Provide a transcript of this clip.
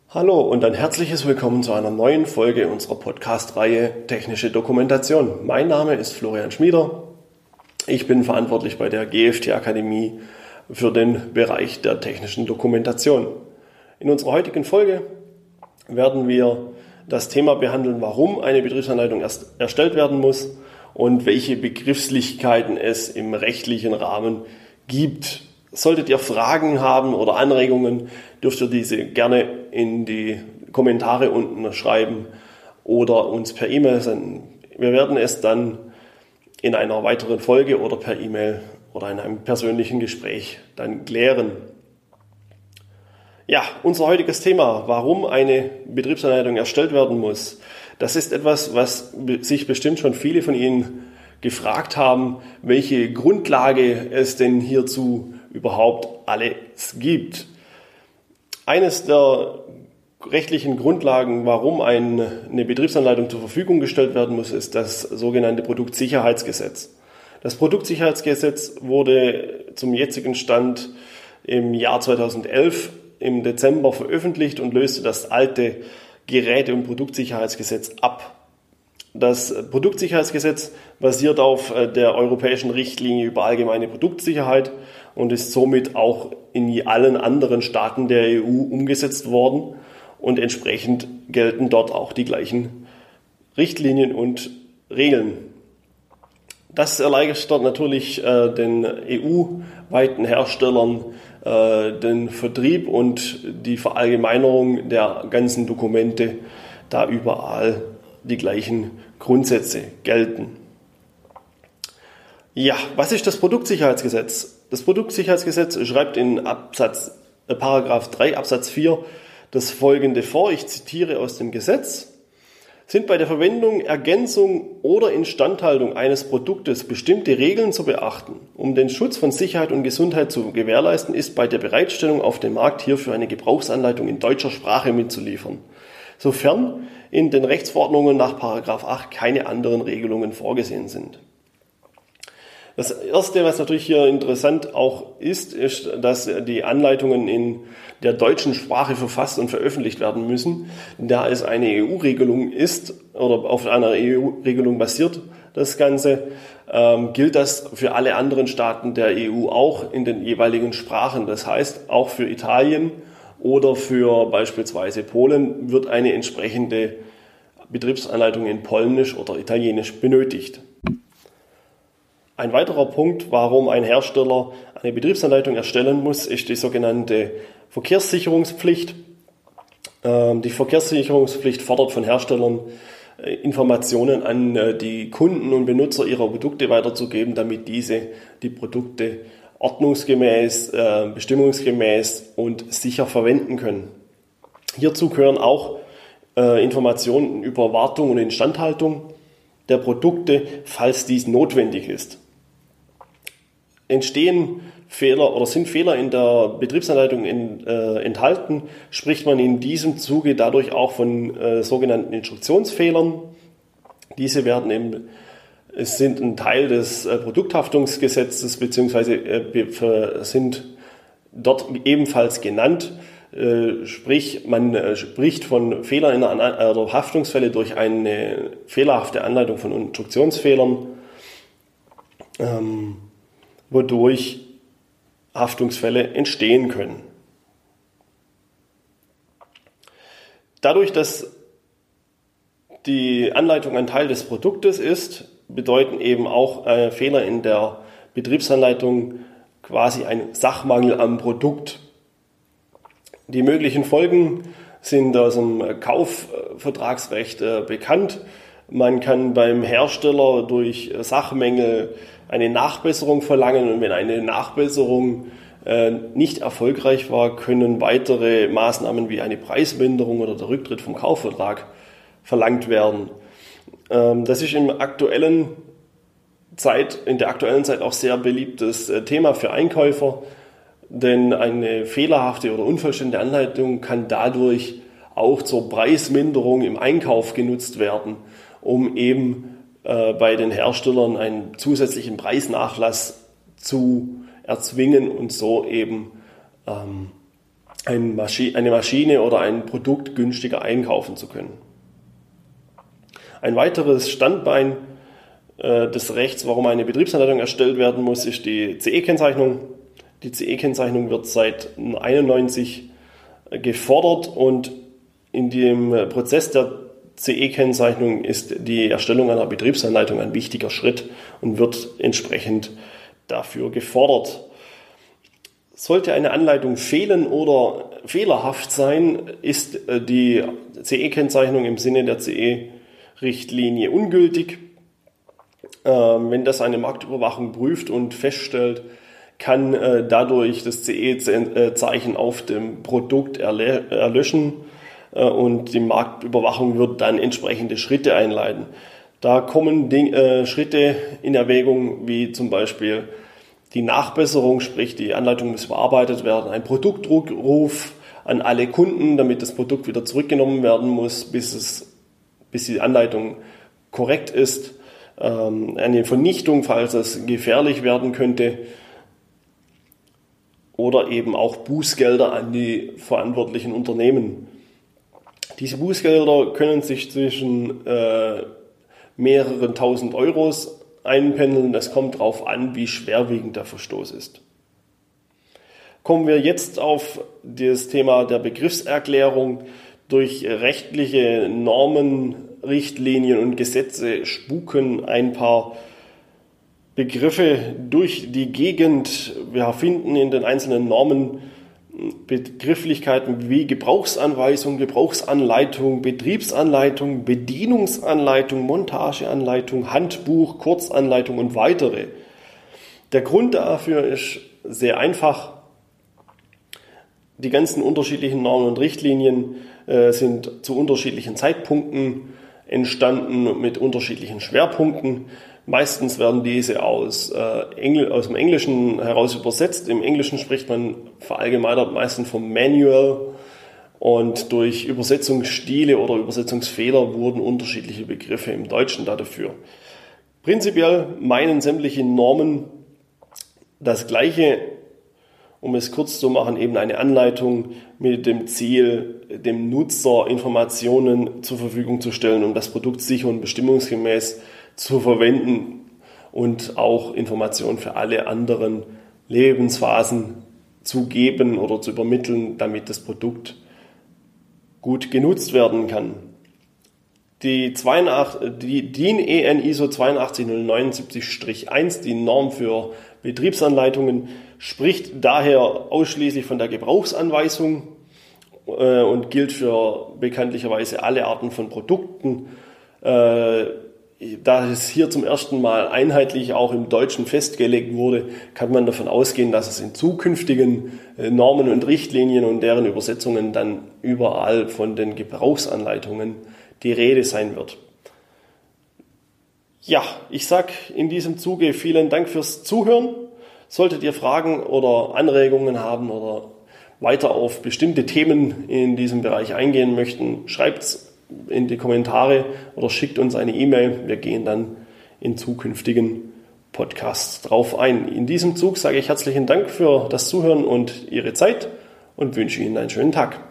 Hallo und ein herzliches Willkommen zu einer neuen Folge unserer Podcast-Reihe Technische Dokumentation. Mein Name ist Florian Schmieder. Ich bin verantwortlich bei der GFT Akademie für den Bereich der technischen Dokumentation. In unserer heutigen Folge werden wir das Thema behandeln, warum eine Betriebsanleitung erst erstellt werden muss und welche Begrifflichkeiten es im rechtlichen Rahmen gibt. Solltet ihr Fragen haben oder Anregungen, dürft ihr diese gerne in die Kommentare unten schreiben oder uns per E-Mail senden. Wir werden es dann in einer weiteren Folge oder per E-Mail oder in einem persönlichen Gespräch dann klären. Ja, unser heutiges Thema, warum eine Betriebsanleitung erstellt werden muss. Das ist etwas, was sich bestimmt schon viele von Ihnen gefragt haben, welche Grundlage es denn hierzu überhaupt alles gibt. Eines der rechtlichen Grundlagen, warum eine Betriebsanleitung zur Verfügung gestellt werden muss, ist das sogenannte Produktsicherheitsgesetz. Das Produktsicherheitsgesetz wurde zum jetzigen Stand im Jahr 2011 im Dezember veröffentlicht und löste das alte Geräte- und Produktsicherheitsgesetz ab. Das Produktsicherheitsgesetz basiert auf der europäischen Richtlinie über allgemeine Produktsicherheit und ist somit auch in allen anderen Staaten der EU umgesetzt worden und entsprechend gelten dort auch die gleichen Richtlinien und Regeln. Das erleichtert natürlich den EU-weiten Herstellern den Vertrieb und die Verallgemeinerung der ganzen Dokumente, da überall die gleichen Grundsätze gelten. Ja, was ist das Produktsicherheitsgesetz? Das Produktsicherheitsgesetz schreibt in Paragraph 3 Absatz 4 das Folgende vor, ich zitiere aus dem Gesetz: Sind bei der Verwendung, Ergänzung oder Instandhaltung eines Produktes bestimmte Regeln zu beachten, um den Schutz von Sicherheit und Gesundheit zu gewährleisten, ist bei der Bereitstellung auf dem Markt hierfür eine Gebrauchsanleitung in deutscher Sprache mitzuliefern, sofern in den Rechtsverordnungen nach Paragraph 8 keine anderen Regelungen vorgesehen sind. Das Erste, was natürlich hier interessant auch ist, dass die Anleitungen in der deutschen Sprache verfasst und veröffentlicht werden müssen. Da es eine EU-Regelung ist oder auf einer EU-Regelung basiert das Ganze, gilt das für alle anderen Staaten der EU auch in den jeweiligen Sprachen. Das heißt, auch für Italien oder für beispielsweise Polen wird eine entsprechende Betriebsanleitung in Polnisch oder Italienisch benötigt. Ein weiterer Punkt, warum ein Hersteller eine Betriebsanleitung erstellen muss, ist die sogenannte Verkehrssicherungspflicht. Die Verkehrssicherungspflicht fordert von Herstellern, Informationen an die Kunden und Benutzer ihrer Produkte weiterzugeben, damit diese die Produkte ordnungsgemäß, bestimmungsgemäß und sicher verwenden können. Hierzu gehören auch Informationen über Wartung und Instandhaltung der Produkte, falls dies notwendig ist. Entstehen Fehler oder sind Fehler in der Betriebsanleitung enthalten, spricht man in diesem Zuge dadurch auch von sogenannten Instruktionsfehlern. Diese sind ein Teil des Produkthaftungsgesetzes bzw. sind dort ebenfalls genannt. Sprich, man spricht von Fehlern oder Haftungsfälle durch eine fehlerhafte Anleitung von Instruktionsfehlern, wodurch Haftungsfälle entstehen können. Dadurch, dass die Anleitung ein Teil des Produktes ist, bedeuten eben auch Fehler in der Betriebsanleitung quasi ein Sachmangel am Produkt. Die möglichen Folgen sind aus dem Kaufvertragsrecht bekannt. Man kann beim Hersteller durch Sachmängel eine Nachbesserung verlangen und wenn eine Nachbesserung nicht erfolgreich war, können weitere Maßnahmen wie eine Preisminderung oder der Rücktritt vom Kaufvertrag verlangt werden. Das ist in der aktuellen Zeit auch sehr beliebtes Thema für Einkäufer, denn eine fehlerhafte oder unvollständige Anleitung kann dadurch auch zur Preisminderung im Einkauf genutzt werden, um eben bei den Herstellern einen zusätzlichen Preisnachlass zu erzwingen und so eben eine Maschine oder ein Produkt günstiger einkaufen zu können. Ein weiteres Standbein des Rechts, warum eine Betriebsanleitung erstellt werden muss, ist die CE-Kennzeichnung. Die CE-Kennzeichnung wird seit 1991 gefordert und in dem Prozess der CE-Kennzeichnung ist die Erstellung einer Betriebsanleitung ein wichtiger Schritt und wird entsprechend dafür gefordert. Sollte eine Anleitung fehlen oder fehlerhaft sein, ist die CE-Kennzeichnung im Sinne der CE-Richtlinie ungültig. Wenn das eine Marktüberwachung prüft und feststellt, kann dadurch das CE-Zeichen auf dem Produkt erlöschen und die Marktüberwachung wird dann entsprechende Schritte einleiten. Da kommen Schritte in Erwägung, wie zum Beispiel die Nachbesserung, sprich die Anleitung muss überarbeitet werden, ein Produktdruckruf an alle Kunden, damit das Produkt wieder zurückgenommen werden muss, bis die Anleitung korrekt ist, eine Vernichtung, falls es gefährlich werden könnte, oder eben auch Bußgelder an die verantwortlichen Unternehmen. Diese Bußgelder können sich zwischen mehreren tausend Euros einpendeln. Das kommt darauf an, wie schwerwiegend der Verstoß ist. Kommen wir jetzt auf das Thema der Begriffserklärung. Durch rechtliche Normen, Richtlinien und Gesetze spuken ein paar Begriffe durch die Gegend. Wir finden in den einzelnen Normen Begrifflichkeiten wie Gebrauchsanweisung, Gebrauchsanleitung, Betriebsanleitung, Bedienungsanleitung, Montageanleitung, Handbuch, Kurzanleitung und weitere. Der Grund dafür ist sehr einfach. Die ganzen unterschiedlichen Normen und Richtlinien sind zu unterschiedlichen Zeitpunkten entstanden mit unterschiedlichen Schwerpunkten. Meistens werden diese aus dem Englischen heraus übersetzt. Im Englischen spricht man verallgemeinert meistens vom Manual und durch Übersetzungsstile oder Übersetzungsfehler wurden unterschiedliche Begriffe im Deutschen dafür. Prinzipiell meinen sämtliche Normen das Gleiche, um es kurz zu machen, eben eine Anleitung mit dem Ziel, dem Nutzer Informationen zur Verfügung zu stellen, um das Produkt sicher und bestimmungsgemäß zu verwenden und auch Informationen für alle anderen Lebensphasen zu geben oder zu übermitteln, damit das Produkt gut genutzt werden kann. Die DIN EN ISO 82079-1, die Norm für Betriebsanleitungen, spricht daher ausschließlich von der Gebrauchsanweisung und gilt für bekanntlicherweise alle Arten von Produkten. Da es hier zum ersten Mal einheitlich auch im Deutschen festgelegt wurde, kann man davon ausgehen, dass es in zukünftigen Normen und Richtlinien und deren Übersetzungen dann überall von den Gebrauchsanleitungen die Rede sein wird. Ja, ich sage in diesem Zuge vielen Dank fürs Zuhören. Solltet ihr Fragen oder Anregungen haben oder weiter auf bestimmte Themen in diesem Bereich eingehen möchten, schreibt's in die Kommentare oder schickt uns eine E-Mail. Wir gehen dann in zukünftigen Podcasts drauf ein. In diesem Zug sage ich herzlichen Dank für das Zuhören und Ihre Zeit und wünsche Ihnen einen schönen Tag.